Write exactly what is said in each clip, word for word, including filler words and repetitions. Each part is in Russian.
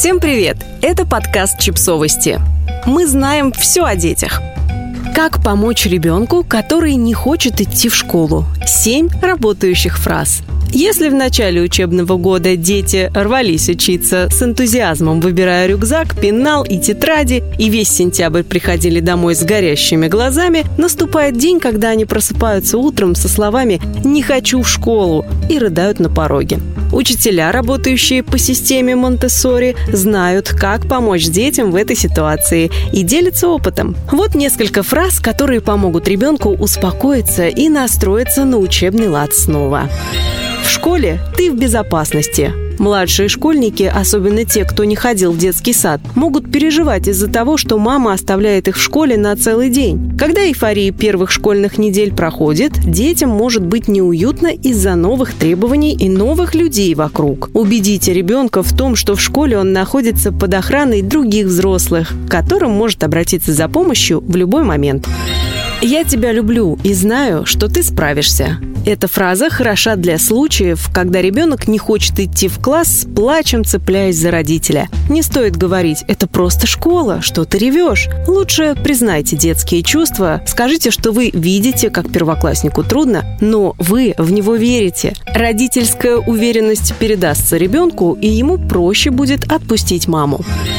Всем привет! Это подкаст «Чипсовости». Мы знаем все о детях. Как помочь ребенку, который не хочет идти в школу? Семь работающих фраз. Если в начале учебного года дети рвались учиться с энтузиазмом, выбирая рюкзак, пенал и тетради, и весь сентябрь приходили домой с горящими глазами, наступает день, когда они просыпаются утром со словами «не хочу в школу» и рыдают на пороге. Учителя, работающие по системе Монтессори, знают, как помочь детям в этой ситуации и делятся опытом. Вот несколько фраз, которые помогут ребенку успокоиться и настроиться на учебный лад снова. В школе ты в безопасности. Младшие школьники, особенно те, кто не ходил в детский сад, могут переживать из-за того, что мама оставляет их в школе на целый день. Когда эйфория первых школьных недель проходит, детям может быть неуютно из-за новых требований и новых людей вокруг. Убедите ребенка в том, что в школе он находится под охраной других взрослых, к которым может обратиться за помощью в любой момент. «Я тебя люблю и знаю, что ты справишься». Эта фраза хороша для случаев, когда ребенок не хочет идти в класс с плачем, цепляясь за родителя. Не стоит говорить «это просто школа, что ты ревешь». Лучше признайте детские чувства, скажите, что вы видите, как первокласснику трудно, но вы в него верите. Родительская уверенность передастся ребенку, и ему проще будет отпустить маму.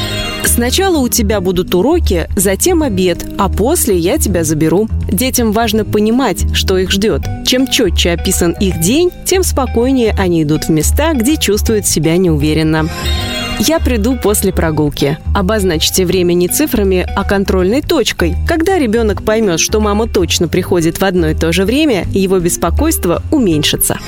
Сначала у тебя будут уроки, затем обед, а после я тебя заберу. Детям важно понимать, что их ждет. Чем четче описан их день, тем спокойнее они идут в места, где чувствуют себя неуверенно. Я приду после прогулки. Обозначьте время не цифрами, а контрольной точкой. Когда ребенок поймет, что мама точно приходит в одно и то же время, его беспокойство уменьшится.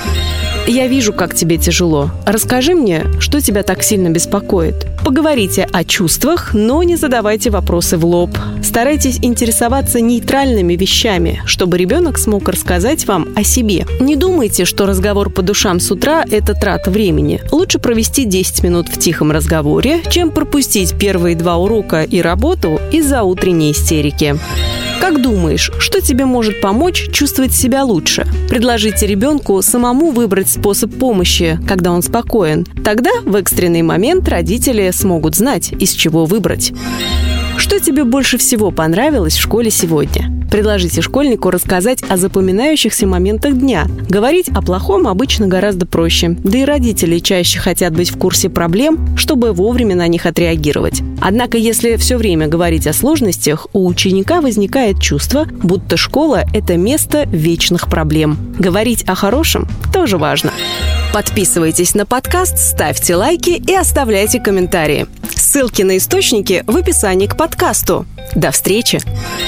Я вижу, как тебе тяжело. Расскажи мне, что тебя так сильно беспокоит. Поговорите о чувствах, но не задавайте вопросы в лоб. Старайтесь интересоваться нейтральными вещами, чтобы ребенок смог рассказать вам о себе. Не думайте, что разговор по душам с утра – это трата времени. Лучше провести десять минут в тихом разговоре, чем пропустить первые два урока и работу из-за утренней истерики. Как думаешь, что тебе может помочь чувствовать себя лучше? Предложите ребенку самому выбрать способ помощи, когда он спокоен. Тогда в экстренный момент родители смогут знать, из чего выбрать. Что тебе больше всего понравилось в школе сегодня? Предложите школьнику рассказать о запоминающихся моментах дня. Говорить о плохом обычно гораздо проще. Да и родители чаще хотят быть в курсе проблем, чтобы вовремя на них отреагировать. Однако, если все время говорить о сложностях, у ученика возникает чувство, будто школа – это место вечных проблем. Говорить о хорошем тоже важно. Подписывайтесь на подкаст, ставьте лайки и оставляйте комментарии. Ссылки на источники в описании к подкасту. До встречи!